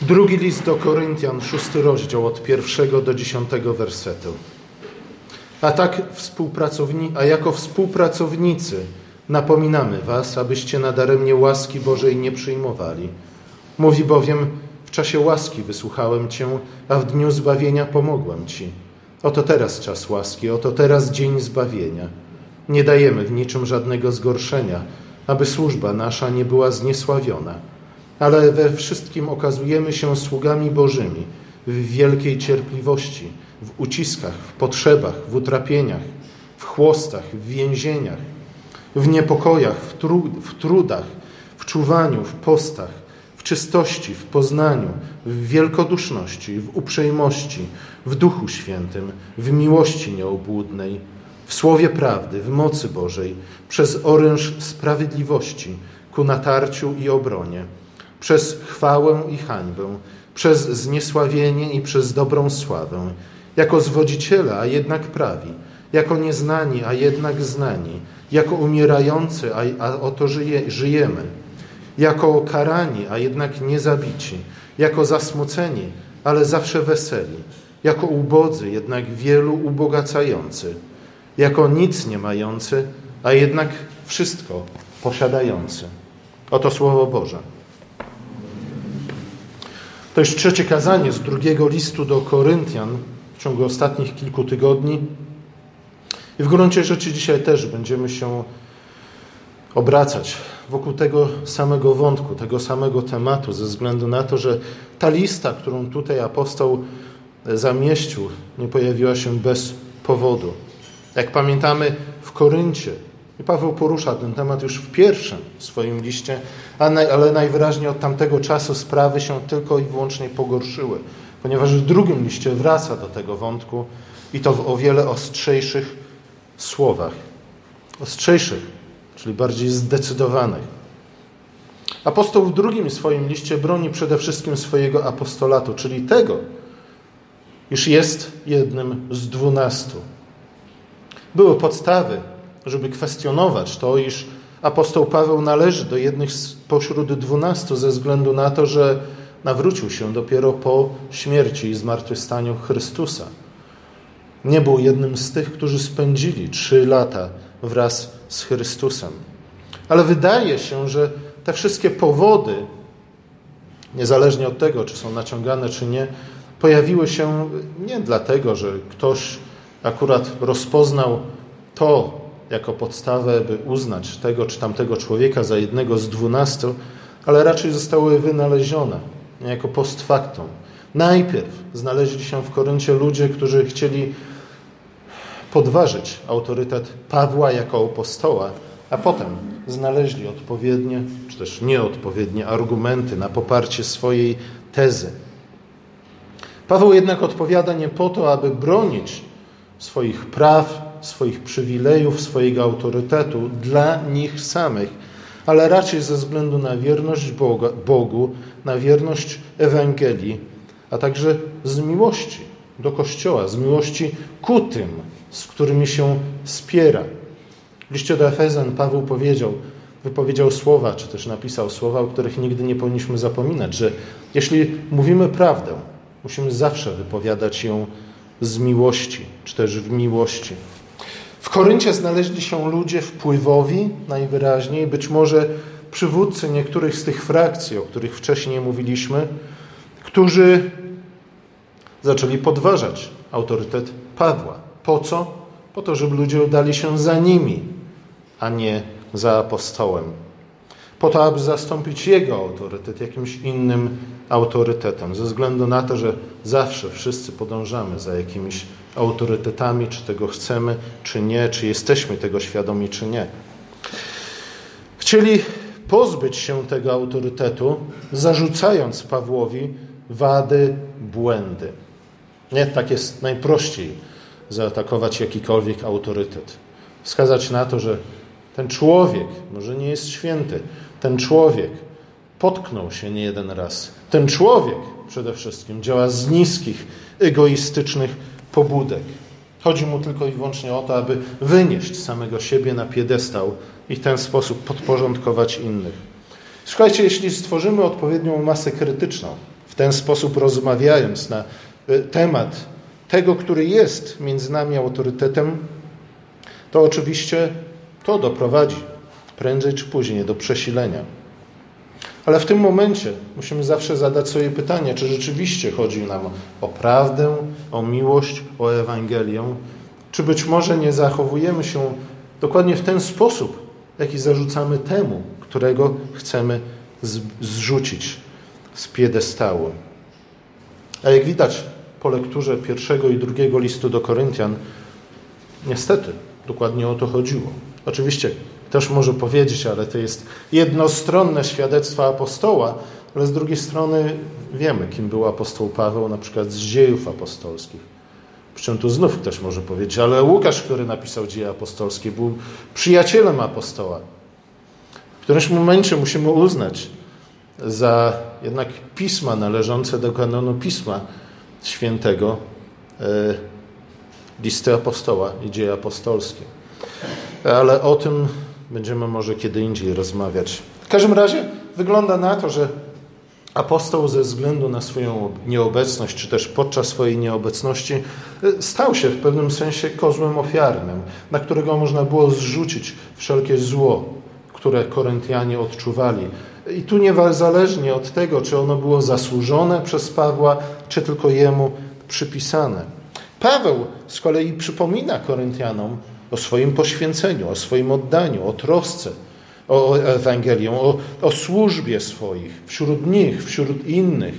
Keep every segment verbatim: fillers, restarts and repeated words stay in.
Drugi list do Koryntian, szósty rozdział, od pierwszego do dziesiątego wersetu. A tak współpracowni, a jako współpracownicy napominamy was, abyście nadaremnie łaski Bożej nie przyjmowali. Mówi bowiem: w czasie łaski wysłuchałem cię, a w dniu zbawienia pomogłem ci. Oto teraz czas łaski, oto teraz dzień zbawienia. Nie dajemy w niczym żadnego zgorszenia, aby służba nasza nie była zniesławiona. Ale we wszystkim okazujemy się sługami Bożymi, w wielkiej cierpliwości, w uciskach, w potrzebach, w utrapieniach, w chłostach, w więzieniach, w niepokojach, w, tru- w trudach, w czuwaniu, w postach, w czystości, w poznaniu, w wielkoduszności, w uprzejmości, w Duchu Świętym, w miłości nieobłudnej, w słowie prawdy, w mocy Bożej, przez oręż sprawiedliwości ku natarciu i obronie, przez chwałę i hańbę, przez zniesławienie i przez dobrą sławę, jako zwodziciele, a jednak prawi, jako nieznani, a jednak znani, jako umierający, a, a oto żyje, żyjemy, jako karani, a jednak nie zabici, jako zasmuceni, ale zawsze weseli, jako ubodzy, jednak wielu ubogacający, jako nic nie mający, a jednak wszystko posiadający. Oto Słowo Boże. To już trzecie kazanie z drugiego listu do Koryntian w ciągu ostatnich kilku tygodni. I w gruncie rzeczy dzisiaj też będziemy się obracać wokół tego samego wątku, tego samego tematu, ze względu na to, że ta lista, którą tutaj apostoł zamieścił, nie pojawiła się bez powodu. Jak pamiętamy, w Koryncie, i Paweł porusza ten temat już w pierwszym swoim liście, ale najwyraźniej od tamtego czasu sprawy się tylko i wyłącznie pogorszyły, ponieważ w drugim liście wraca do tego wątku i to w o wiele ostrzejszych słowach. Ostrzejszych, czyli bardziej zdecydowanych. Apostoł w drugim swoim liście broni przede wszystkim swojego apostolatu, czyli tego, iż jest jednym z dwunastu. Były podstawy, żeby kwestionować to, iż apostoł Paweł należy do jednych spośród dwunastu ze względu na to, że nawrócił się dopiero po śmierci i zmartwychwstaniu Chrystusa. Nie był jednym z tych, którzy spędzili trzy lata wraz z Chrystusem. Ale wydaje się, że te wszystkie powody, niezależnie od tego, czy są naciągane, czy nie, pojawiły się nie dlatego, że ktoś akurat rozpoznał to jako podstawę, by uznać tego czy tamtego człowieka za jednego z dwunastu, ale raczej zostały wynalezione jako post factum. Najpierw znaleźli się w Koryncie ludzie, którzy chcieli podważyć autorytet Pawła jako apostoła, a potem znaleźli odpowiednie, czy też nieodpowiednie argumenty na poparcie swojej tezy. Paweł jednak odpowiada nie po to, aby bronić swoich praw, swoich przywilejów, swojego autorytetu dla nich samych, ale raczej ze względu na wierność Boga, Bogu, na wierność Ewangelii, a także z miłości do Kościoła, z miłości ku tym, z którymi się spiera. W liście do Efezjan Paweł powiedział, wypowiedział słowa, czy też napisał słowa, o których nigdy nie powinniśmy zapominać, że jeśli mówimy prawdę, musimy zawsze wypowiadać ją z miłości, czy też w miłości. W Koryncie znaleźli się ludzie wpływowi, najwyraźniej, być może przywódcy niektórych z tych frakcji, o których wcześniej mówiliśmy, którzy zaczęli podważać autorytet Pawła. Po co? Po to, żeby ludzie udali się za nimi, a nie za apostołem. Po to, aby zastąpić jego autorytet jakimś innym autorytetem, ze względu na to, że zawsze wszyscy podążamy za jakimiś autorytetami, czy tego chcemy, czy nie, czy jesteśmy tego świadomi, czy nie. Chcieli pozbyć się tego autorytetu, zarzucając Pawłowi wady, błędy. Nie, tak jest najprościej zaatakować jakikolwiek autorytet. Wskazać na to, że ten człowiek może nie jest święty. Ten człowiek potknął się nie jeden raz. Ten człowiek przede wszystkim działa z niskich, egoistycznych pobudek. Chodzi mu tylko i wyłącznie o to, aby wynieść samego siebie na piedestał i w ten sposób podporządkować innych. Słuchajcie, jeśli stworzymy odpowiednią masę krytyczną w ten sposób rozmawiając na temat tego, który jest między nami autorytetem, to oczywiście to doprowadzi prędzej czy później do przesilenia. Ale w tym momencie musimy zawsze zadać sobie pytanie, czy rzeczywiście chodzi nam o prawdę, o miłość, o Ewangelię, czy być może nie zachowujemy się dokładnie w ten sposób, jaki zarzucamy temu, którego chcemy zrzucić z piedestału. A jak widać po lekturze pierwszego i drugiego listu do Koryntian, niestety dokładnie o to chodziło. Oczywiście ktoś może powiedzieć, ale to jest jednostronne świadectwo apostoła, ale z drugiej strony wiemy, kim był apostoł Paweł, na przykład z Dziejów apostolskich. Przy czym tu znów ktoś może powiedzieć, ale Łukasz, który napisał Dzieje apostolskie, był przyjacielem apostoła. W którymś momencie musimy uznać za jednak pisma należące do kanonu Pisma Świętego, e, listy apostoła i Dzieje apostolskie. Ale o tym będziemy może kiedy indziej rozmawiać. W każdym razie wygląda na to, że apostoł ze względu na swoją nieobecność, czy też podczas swojej nieobecności, stał się w pewnym sensie kozłem ofiarnym, na którego można było zrzucić wszelkie zło, które Koryntianie odczuwali. I tu niezależnie od tego, czy ono było zasłużone przez Pawła, czy tylko jemu przypisane. Paweł z kolei przypomina Koryntianom o swoim poświęceniu, o swoim oddaniu, o trosce, o Ewangelię, o, o służbie swoich, wśród nich, wśród innych.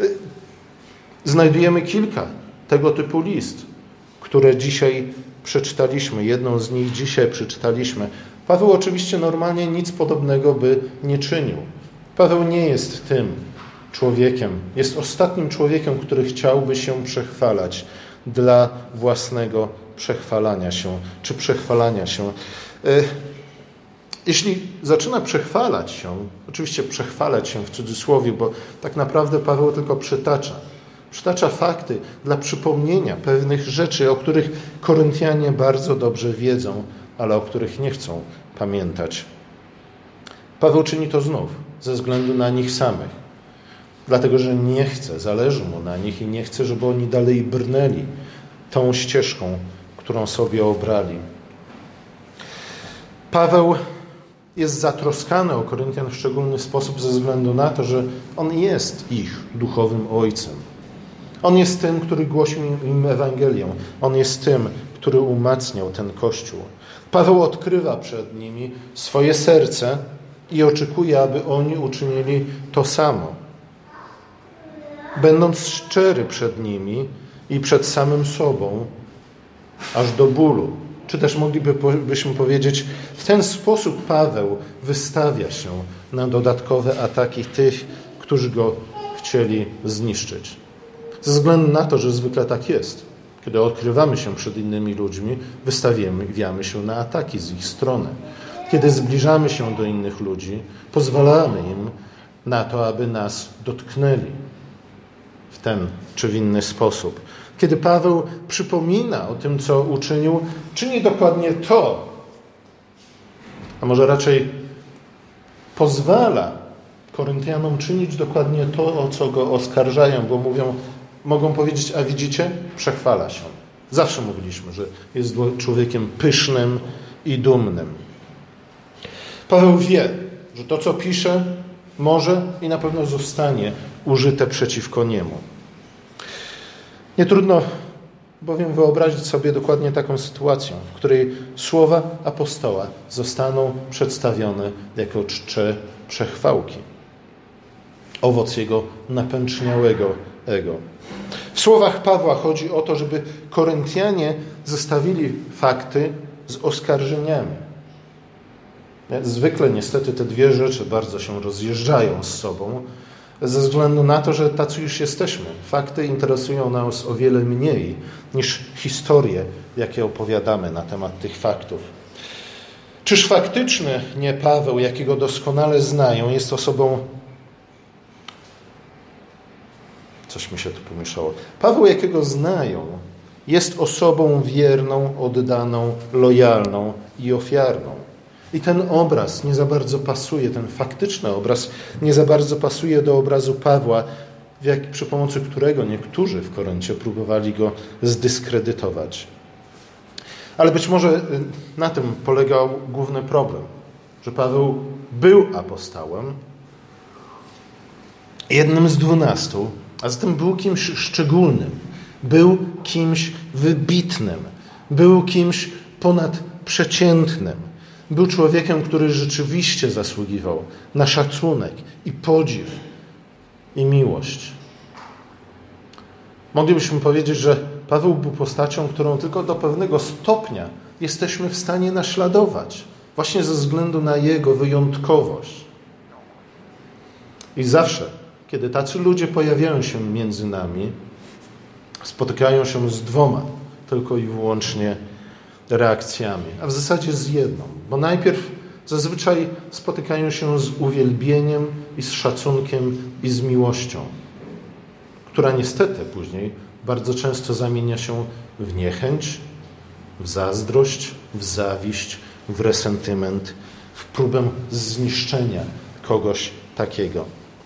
Znajdujemy kilka tego typu list, które dzisiaj przeczytaliśmy. Jedną z nich dzisiaj przeczytaliśmy. Paweł oczywiście normalnie nic podobnego by nie czynił. Paweł nie jest tym człowiekiem, jest ostatnim człowiekiem, który chciałby się przechwalać dla własnego przechwalania się, czy przechwalania się. Jeśli zaczyna przechwalać się, oczywiście przechwalać się w cudzysłowie, bo tak naprawdę Paweł tylko przytacza. Przytacza fakty dla przypomnienia pewnych rzeczy, o których Koryntianie bardzo dobrze wiedzą, ale o których nie chcą pamiętać. Paweł czyni to znów ze względu na nich samych. Dlatego, że nie chce, zależy mu na nich i nie chce, żeby oni dalej brnęli tą ścieżką, którą sobie obrali. Paweł jest zatroskany o Koryntian w szczególny sposób ze względu na to, że on jest ich duchowym ojcem. On jest tym, który głosił im Ewangelię. On jest tym, który umacniał ten Kościół. Paweł odkrywa przed nimi swoje serce i oczekuje, aby oni uczynili to samo. Będąc szczery przed nimi i przed samym sobą, aż do bólu. Czy też moglibyśmy powiedzieć, w ten sposób Paweł wystawia się na dodatkowe ataki tych, którzy go chcieli zniszczyć. Ze względu na to, że zwykle tak jest. Kiedy odkrywamy się przed innymi ludźmi, wystawiamy się na ataki z ich strony. Kiedy zbliżamy się do innych ludzi, pozwalamy im na to, aby nas dotknęli w ten czy w inny sposób. Kiedy Paweł przypomina o tym, co uczynił, czyni dokładnie to, a może raczej pozwala Koryntianom czynić dokładnie to, o co go oskarżają, bo mówią, mogą powiedzieć, a widzicie, przechwala się. Zawsze mówiliśmy, że jest człowiekiem pysznym i dumnym. Paweł wie, że to, co pisze, może i na pewno zostanie użyte przeciwko niemu. Nie trudno bowiem wyobrazić sobie dokładnie taką sytuację, w której słowa apostoła zostaną przedstawione jako czcze przechwałki. Owoc jego napęczniałego ego. W słowach Pawła chodzi o to, żeby Koryntianie zestawili fakty z oskarżeniami. Zwykle niestety te dwie rzeczy bardzo się rozjeżdżają z sobą, ze względu na to, że tacy już jesteśmy. Fakty interesują nas o wiele mniej niż historie, jakie opowiadamy na temat tych faktów. Czyż faktycznie nie Paweł, jakiego doskonale znają, jest osobą... Coś mi się tu pomieszało. Paweł, jakiego znają, jest osobą wierną, oddaną, lojalną i ofiarną. I ten obraz nie za bardzo pasuje, ten faktyczny obraz nie za bardzo pasuje do obrazu Pawła, jak, przy pomocy którego niektórzy w Koryncie próbowali go zdyskredytować. Ale być może na tym polegał główny problem, że Paweł był apostołem, jednym z dwunastu, a zatem był kimś szczególnym, był kimś wybitnym, był kimś ponadprzeciętnym. Był człowiekiem, który rzeczywiście zasługiwał na szacunek i podziw i miłość. Moglibyśmy powiedzieć, że Paweł był postacią, którą tylko do pewnego stopnia jesteśmy w stanie naśladować, właśnie ze względu na jego wyjątkowość. I zawsze, kiedy tacy ludzie pojawiają się między nami, spotykają się z dwoma tylko i wyłącznie reakcjami, a w zasadzie z jedną, bo najpierw zazwyczaj spotykają się z uwielbieniem i z szacunkiem i z miłością, która niestety później bardzo często zamienia się w niechęć, w zazdrość, w zawiść, w resentyment, w próbę zniszczenia kogoś takiego.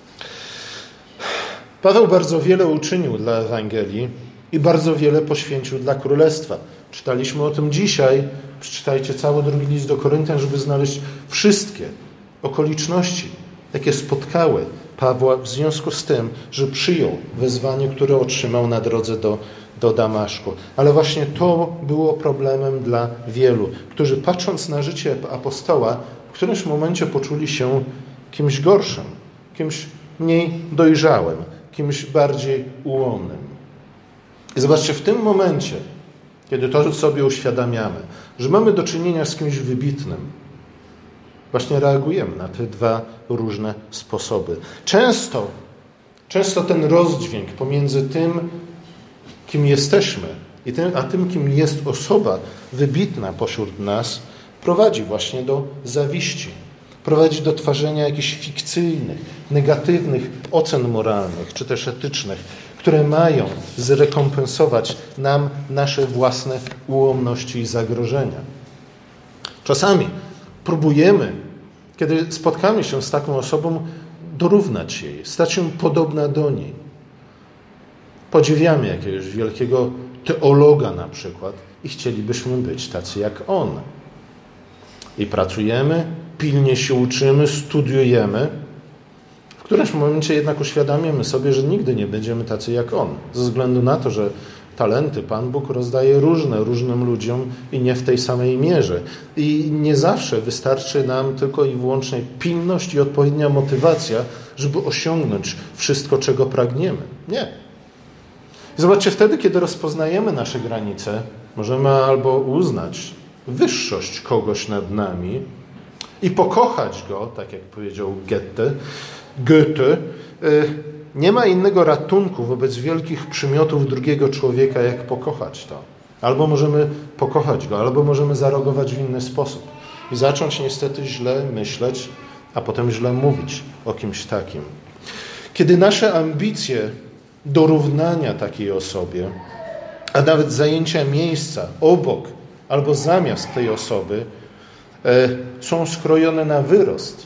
Paweł bardzo wiele uczynił dla Ewangelii i bardzo wiele poświęcił dla Królestwa. Czytaliśmy o tym dzisiaj. Przeczytajcie cały drugi list do Koryntian, żeby znaleźć wszystkie okoliczności, jakie spotkały Pawła w związku z tym, że przyjął wezwanie, które otrzymał na drodze do, do Damaszku. Ale właśnie to było problemem dla wielu, którzy patrząc na życie apostoła, w którymś momencie poczuli się kimś gorszym, kimś mniej dojrzałym, kimś bardziej ułomnym. I zobaczcie, w tym momencie, kiedy to sobie uświadamiamy, że mamy do czynienia z kimś wybitnym, właśnie reagujemy na te dwa różne sposoby. Często, często ten rozdźwięk pomiędzy tym, kim jesteśmy, i tym, a tym, kim jest osoba wybitna pośród nas, prowadzi właśnie do zawiści. Prowadzi do tworzenia jakichś fikcyjnych, negatywnych ocen moralnych, czy też etycznych, które mają zrekompensować nam nasze własne ułomności i zagrożenia. Czasami próbujemy, kiedy spotkamy się z taką osobą, dorównać jej, stać się podobna do niej. Podziwiamy jakiegoś wielkiego teologa na przykład i chcielibyśmy być tacy jak on. I pracujemy, pilnie się uczymy, studiujemy. W którymś momencie jednak uświadamiamy sobie, że nigdy nie będziemy tacy jak on. Ze względu na to, że talenty Pan Bóg rozdaje różne, różnym ludziom i nie w tej samej mierze. I nie zawsze wystarczy nam tylko i wyłącznie pilność i odpowiednia motywacja, żeby osiągnąć wszystko, czego pragniemy. Nie. Zobaczcie, wtedy, kiedy rozpoznajemy nasze granice, możemy albo uznać wyższość kogoś nad nami i pokochać go, tak jak powiedział Goethe, Goethe, nie ma innego ratunku wobec wielkich przymiotów drugiego człowieka, jak pokochać to. Albo możemy pokochać go, albo możemy zareagować w inny sposób i zacząć niestety źle myśleć, a potem źle mówić o kimś takim. Kiedy nasze ambicje dorównania takiej osobie, a nawet zajęcia miejsca obok albo zamiast tej osoby e, są skrojone na wyrost.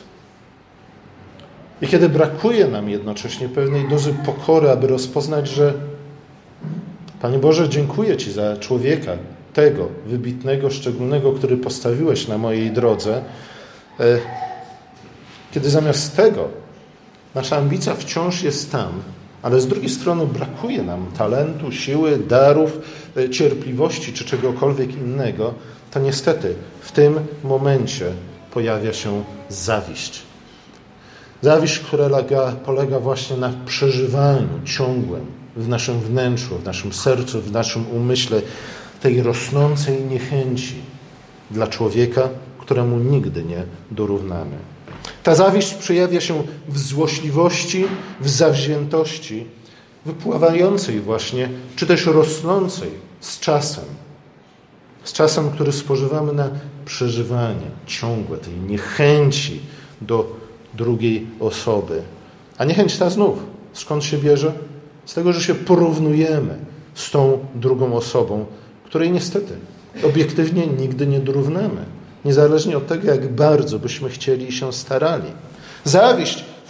I kiedy brakuje nam jednocześnie pewnej dozy pokory, aby rozpoznać, że Panie Boże, dziękuję Ci za człowieka, tego wybitnego, szczególnego, który postawiłeś na mojej drodze, e, kiedy zamiast tego nasza ambicja wciąż jest tam, ale z drugiej strony brakuje nam talentu, siły, darów, cierpliwości czy czegokolwiek innego, to niestety w tym momencie pojawia się zawiść. Zawiść, która polega właśnie na przeżywaniu ciągłym w naszym wnętrzu, w naszym sercu, w naszym umyśle tej rosnącej niechęci dla człowieka, któremu nigdy nie dorównamy. Ta zawiść przejawia się w złośliwości, w zawziętości, wypływającej właśnie, czy też rosnącej z czasem. Z czasem, który spożywamy na przeżywanie ciągłe tej niechęci do drugiej osoby. A niechęć ta znów, skąd się bierze? Z tego, że się porównujemy z tą drugą osobą, której niestety obiektywnie nigdy nie dorównamy. Niezależnie od tego, jak bardzo byśmy chcieli i się starali. Zawiść w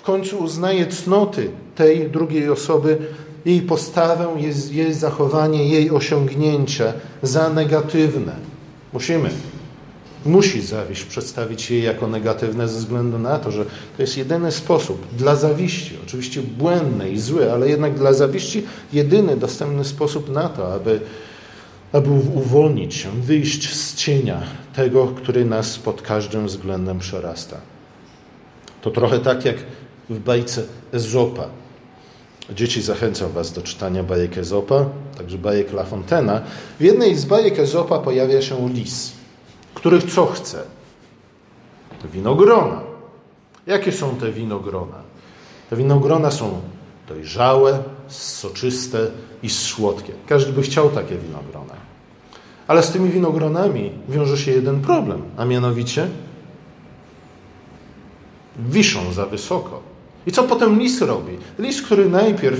końcu uznaje cnoty tej drugiej osoby, jej postawę, jej, jej zachowanie, jej osiągnięcia za negatywne. Musimy, musi zawiść przedstawić jej jako negatywne ze względu na to, że to jest jedyny sposób dla zawiści, oczywiście błędny i zły, ale jednak dla zawiści jedyny dostępny sposób na to, aby, aby uwolnić się, wyjść z cienia tego, który nas pod każdym względem przerasta. To trochę tak jak w bajce Ezopa. Dzieci, zachęcam was do czytania bajek Ezopa, także bajek La Fontaine'a. W jednej z bajek Ezopa pojawia się lis, który co chce? Winogrona. Jakie są te winogrona? Te winogrona są dojrzałe, soczyste i słodkie. Każdy by chciał takie winogrona. Ale z tymi winogronami wiąże się jeden problem, a mianowicie wiszą za wysoko. I co potem lis robi? Lis, który najpierw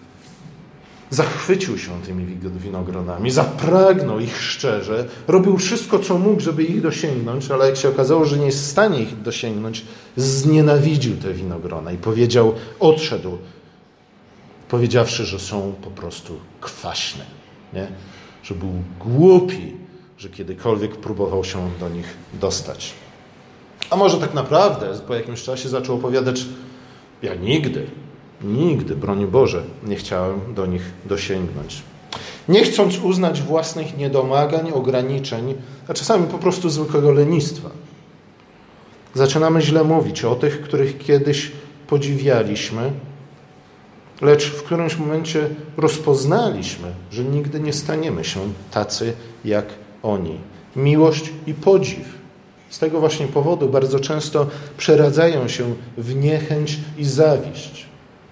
zachwycił się tymi winogronami, zapragnął ich szczerze, robił wszystko, co mógł, żeby ich dosięgnąć, ale jak się okazało, że nie jest w stanie ich dosięgnąć, znienawidził te winogrona i powiedział, odszedł, powiedziawszy, że są po prostu kwaśne, nie? Że był głupi, że kiedykolwiek próbował się do nich dostać. A może tak naprawdę po jakimś czasie zaczął opowiadać, ja nigdy, nigdy, broń Boże, nie chciałem do nich dosięgnąć. Nie chcąc uznać własnych niedomagań, ograniczeń, a czasami po prostu zwykłego lenistwa. Zaczynamy źle mówić o tych, których kiedyś podziwialiśmy, lecz w którymś momencie rozpoznaliśmy, że nigdy nie staniemy się tacy jak oni. Miłość i podziw z tego właśnie powodu bardzo często przeradzają się w niechęć i zawiść.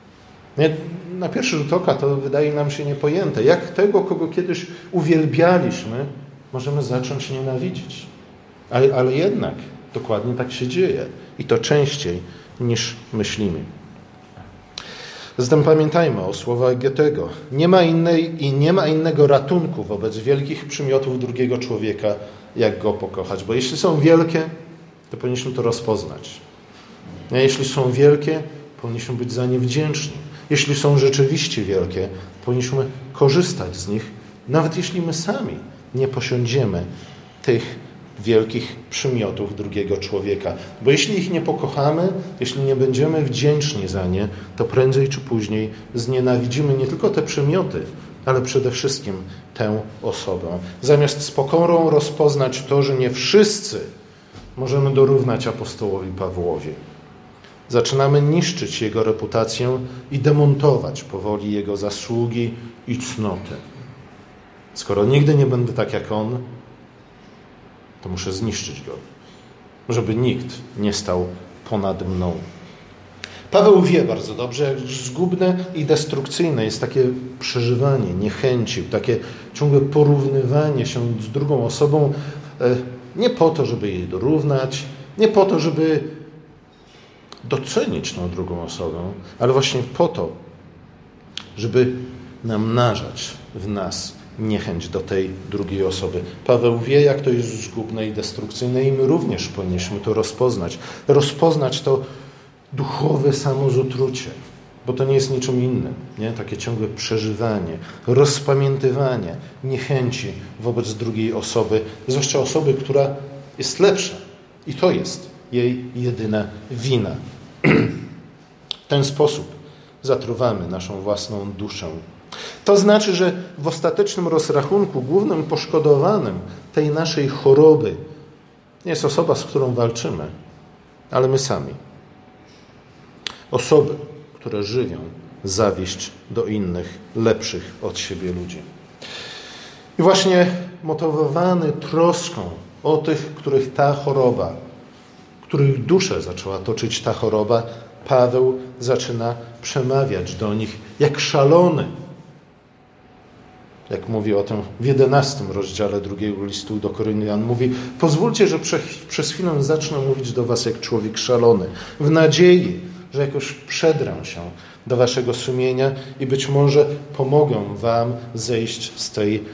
Na pierwszy rzut oka to wydaje nam się niepojęte. Jak tego, kogo kiedyś uwielbialiśmy, możemy zacząć nienawidzić. Ale, ale jednak dokładnie tak się dzieje. I to częściej niż myślimy. Zatem pamiętajmy o słowach Goethego. Nie ma innej i nie ma innego ratunku wobec wielkich przymiotów drugiego człowieka, jak go pokochać. Bo jeśli są wielkie, to powinniśmy to rozpoznać. A jeśli są wielkie, powinniśmy być za nie wdzięczni. Jeśli są rzeczywiście wielkie, powinniśmy korzystać z nich, nawet jeśli my sami nie posiądziemy tych wielkich przymiotów drugiego człowieka. Bo jeśli ich nie pokochamy, jeśli nie będziemy wdzięczni za nie, to prędzej czy później znienawidzimy nie tylko te przymioty, ale przede wszystkim tę osobę. Zamiast z pokorą rozpoznać to, że nie wszyscy możemy dorównać apostołowi Pawłowi, zaczynamy niszczyć jego reputację i demontować powoli jego zasługi i cnoty. Skoro nigdy nie będę tak jak on, to muszę zniszczyć go, żeby nikt nie stał ponad mną. Paweł wie bardzo dobrze, jak zgubne i destrukcyjne jest takie przeżywanie niechęci, takie ciągłe porównywanie się z drugą osobą, nie po to, żeby jej dorównać, nie po to, żeby docenić tą drugą osobę, ale właśnie po to, żeby namnażać w nas niechęć do tej drugiej osoby. Paweł wie, jak to jest zgubne i destrukcyjne i my również powinniśmy to rozpoznać. Rozpoznać to duchowe samozotrucie, bo to nie jest niczym innym. Nie? Takie ciągłe przeżywanie, rozpamiętywanie niechęci wobec drugiej osoby, zwłaszcza osoby, która jest lepsza. I to jest jej jedyna wina. W ten sposób zatruwamy naszą własną duszę. To znaczy, że w ostatecznym rozrachunku głównym poszkodowanym tej naszej choroby nie jest osoba, z którą walczymy, ale my sami. Osoby, które żywią zawiść do innych, lepszych od siebie ludzi. I właśnie motywowany troską o tych, których ta choroba, których duszę zaczęła toczyć ta choroba, Paweł zaczyna przemawiać do nich jak szalony. Jak mówi o tym w jedenastym rozdziale drugiego listu do Koryntian, mówi: pozwólcie, że prze, przez chwilę zacznę mówić do was jak człowiek szalony, w nadziei, że jakoś przedrę się do waszego sumienia i być może pomogę wam zejść z tej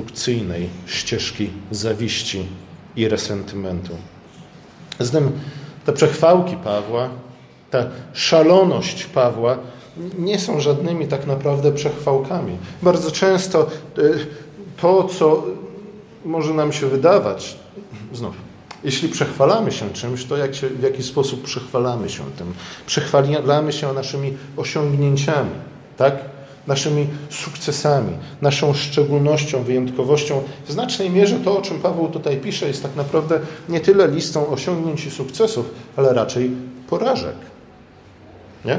autodestrukcyjnej ścieżki zawiści i resentymentu. Zatem te przechwałki Pawła, ta szaloność Pawła nie są żadnymi tak naprawdę przechwałkami. Bardzo często to, co może nam się wydawać, znów, jeśli przechwalamy się czymś, to jak się, w jaki sposób przechwalamy się tym? Przechwalamy się naszymi osiągnięciami, tak? Naszymi sukcesami, naszą szczególnością, wyjątkowością. W znacznej mierze to, o czym Paweł tutaj pisze, jest tak naprawdę nie tyle listą osiągnięć i sukcesów, ale raczej porażek. Nie?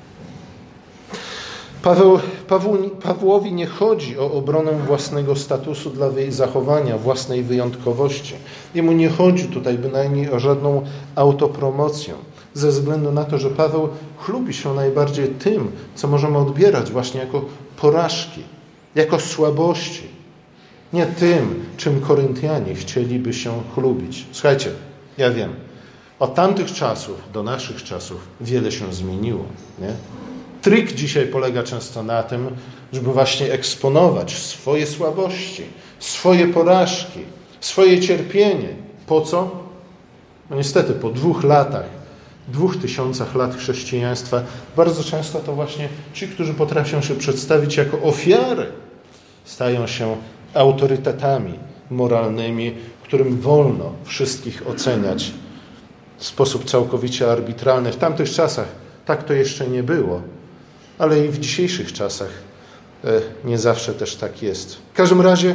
Paweł, Paweł, Pawłowi nie chodzi o obronę własnego statusu dla zachowania własnej wyjątkowości. Jemu nie chodzi tutaj bynajmniej o żadną autopromocję, ze względu na to, że Paweł chlubi się najbardziej tym, co możemy odbierać właśnie jako porażki, jako słabości. Nie tym, czym Koryntianie chcieliby się chlubić. Słuchajcie, ja wiem, od tamtych czasów do naszych czasów wiele się zmieniło, nie? Tryk dzisiaj polega często na tym, żeby właśnie eksponować swoje słabości, swoje porażki, swoje cierpienie. Po co? No niestety po dwóch latach, dwóch tysiącach lat chrześcijaństwa, bardzo często to właśnie ci, którzy potrafią się przedstawić jako ofiary, stają się autorytetami moralnymi, którym wolno wszystkich oceniać w sposób całkowicie arbitralny. W tamtych czasach tak to jeszcze nie było. Ale i w dzisiejszych czasach nie zawsze też tak jest. W każdym razie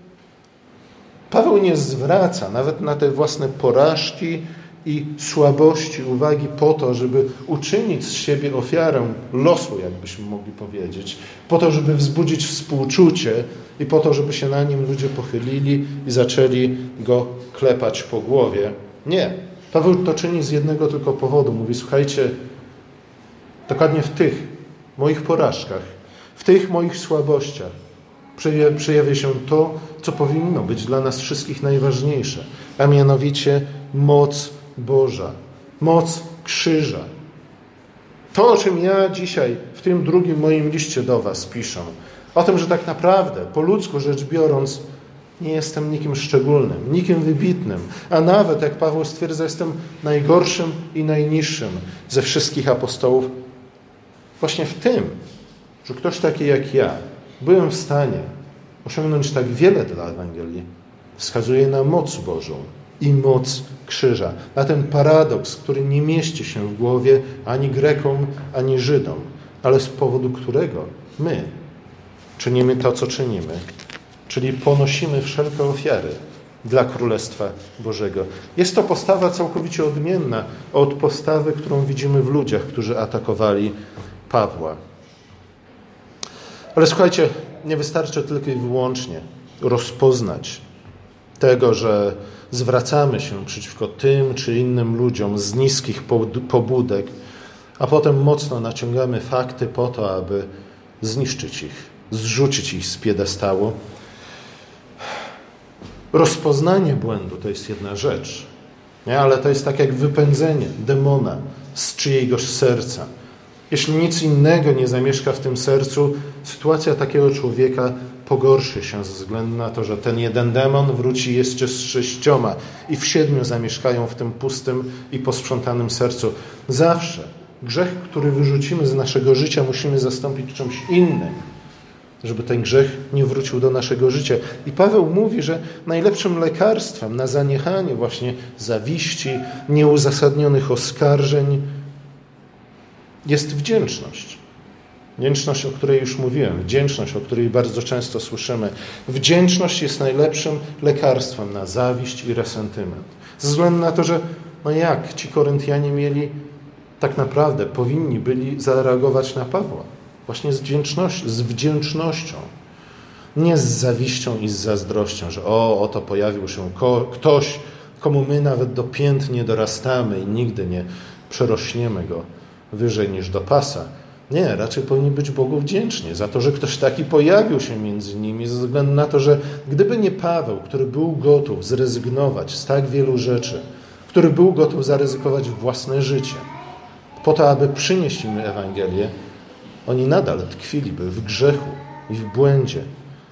Paweł nie zwraca nawet na te własne porażki i słabości uwagi po to, żeby uczynić z siebie ofiarę losu, jakbyśmy mogli powiedzieć, po to, żeby wzbudzić współczucie i po to, żeby się na nim ludzie pochylili i zaczęli go klepać po głowie. Nie. Paweł to czyni z jednego tylko powodu. Mówi, słuchajcie, dokładnie w tych moich porażkach, w tych moich słabościach przejawia się to, co powinno być dla nas wszystkich najważniejsze, a mianowicie moc Boża, moc krzyża. To, o czym ja dzisiaj w tym drugim moim liście do was piszę, o tym, że tak naprawdę, po ludzku rzecz biorąc, nie jestem nikim szczególnym, nikim wybitnym, a nawet, jak Paweł stwierdza, jestem najgorszym i najniższym ze wszystkich apostołów. Właśnie w tym, że ktoś taki jak ja byłem w stanie osiągnąć tak wiele dla Ewangelii, wskazuje na moc Bożą i moc krzyża. Na ten paradoks, który nie mieści się w głowie ani Grekom, ani Żydom, ale z powodu którego my czynimy to, co czynimy, czyli ponosimy wszelkie ofiary dla Królestwa Bożego. Jest to postawa całkowicie odmienna od postawy, którą widzimy w ludziach, którzy atakowali Pawła. Ale słuchajcie, nie wystarczy tylko i wyłącznie rozpoznać tego, że zwracamy się przeciwko tym czy innym ludziom z niskich pobudek, a potem mocno naciągamy fakty po to, aby zniszczyć ich, zrzucić ich z piedestału. Rozpoznanie błędu to jest jedna rzecz, nie? Ale to jest tak jak wypędzenie demona z czyjegoś serca. Jeśli nic innego nie zamieszka w tym sercu, sytuacja takiego człowieka pogorszy się ze względu na to, że ten jeden demon wróci jeszcze z sześcioma i w siedmiu zamieszkają w tym pustym i posprzątanym sercu. Zawsze grzech, który wyrzucimy z naszego życia, musimy zastąpić czymś innym, żeby ten grzech nie wrócił do naszego życia. I Paweł mówi, że najlepszym lekarstwem na zaniechanie właśnie zawiści, nieuzasadnionych oskarżeń jest wdzięczność. Wdzięczność, o której już mówiłem, wdzięczność, o której bardzo często słyszymy. Wdzięczność jest najlepszym lekarstwem na zawiść i resentyment. Ze względu na to, że no jak ci Koryntianie mieli tak naprawdę, powinni byli zareagować na Pawła. Właśnie z wdzięcznością, z wdzięcznością. Nie z zawiścią i z zazdrością, że o, oto pojawił się ko- ktoś, komu my nawet do pięt nie dorastamy i nigdy nie przerośniemy go wyżej niż do pasa. Nie, raczej powinni być Bogu wdzięczni za to, że ktoś taki pojawił się między nimi, ze względu na to, że gdyby nie Paweł, który był gotów zrezygnować z tak wielu rzeczy, który był gotów zaryzykować własne życie, po to, aby przynieść im Ewangelię, oni nadal tkwiliby w grzechu i w błędzie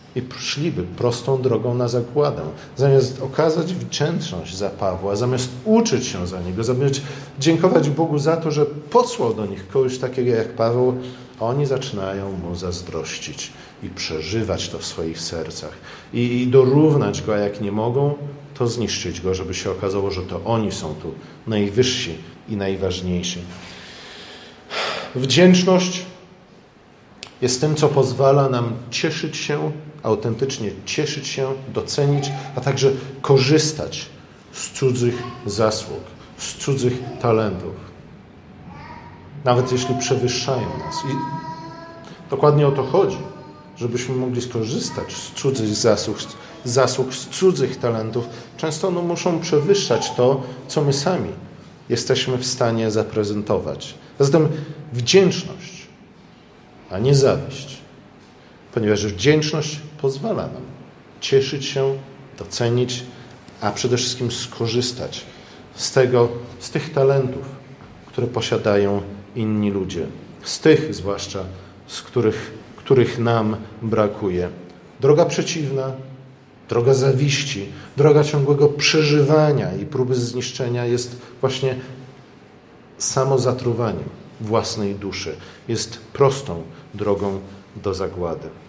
i szliby prostą drogą na zagładę. Zamiast okazać wdzięczność za Pawła, zamiast uczyć się za niego, zamiast dziękować Bogu za to, że posłał do nich kogoś takiego jak Paweł, oni zaczynają mu zazdrościć i przeżywać to w swoich sercach. I, i dorównać go, a jak nie mogą, to zniszczyć go, żeby się okazało, że to oni są tu najwyżsi i najważniejsi. Wdzięczność jest tym, co pozwala nam cieszyć się, autentycznie cieszyć się, docenić, a także korzystać z cudzych zasług, z cudzych talentów. Nawet jeśli przewyższają nas. I dokładnie o to chodzi, żebyśmy mogli skorzystać z cudzych zasług, zasług, z cudzych talentów. Często one muszą przewyższać to, co my sami jesteśmy w stanie zaprezentować. Zatem wdzięczność, a nie zawiść. Ponieważ wdzięczność pozwala nam cieszyć się, docenić, a przede wszystkim skorzystać z tego, z tych talentów, które posiadają inni ludzie. Z tych zwłaszcza, z których, których nam brakuje. Droga przeciwna, droga zawiści, droga ciągłego przeżywania i próby zniszczenia jest właśnie samozatruwaniem własnej duszy. Jest prostą drogą do zagłady.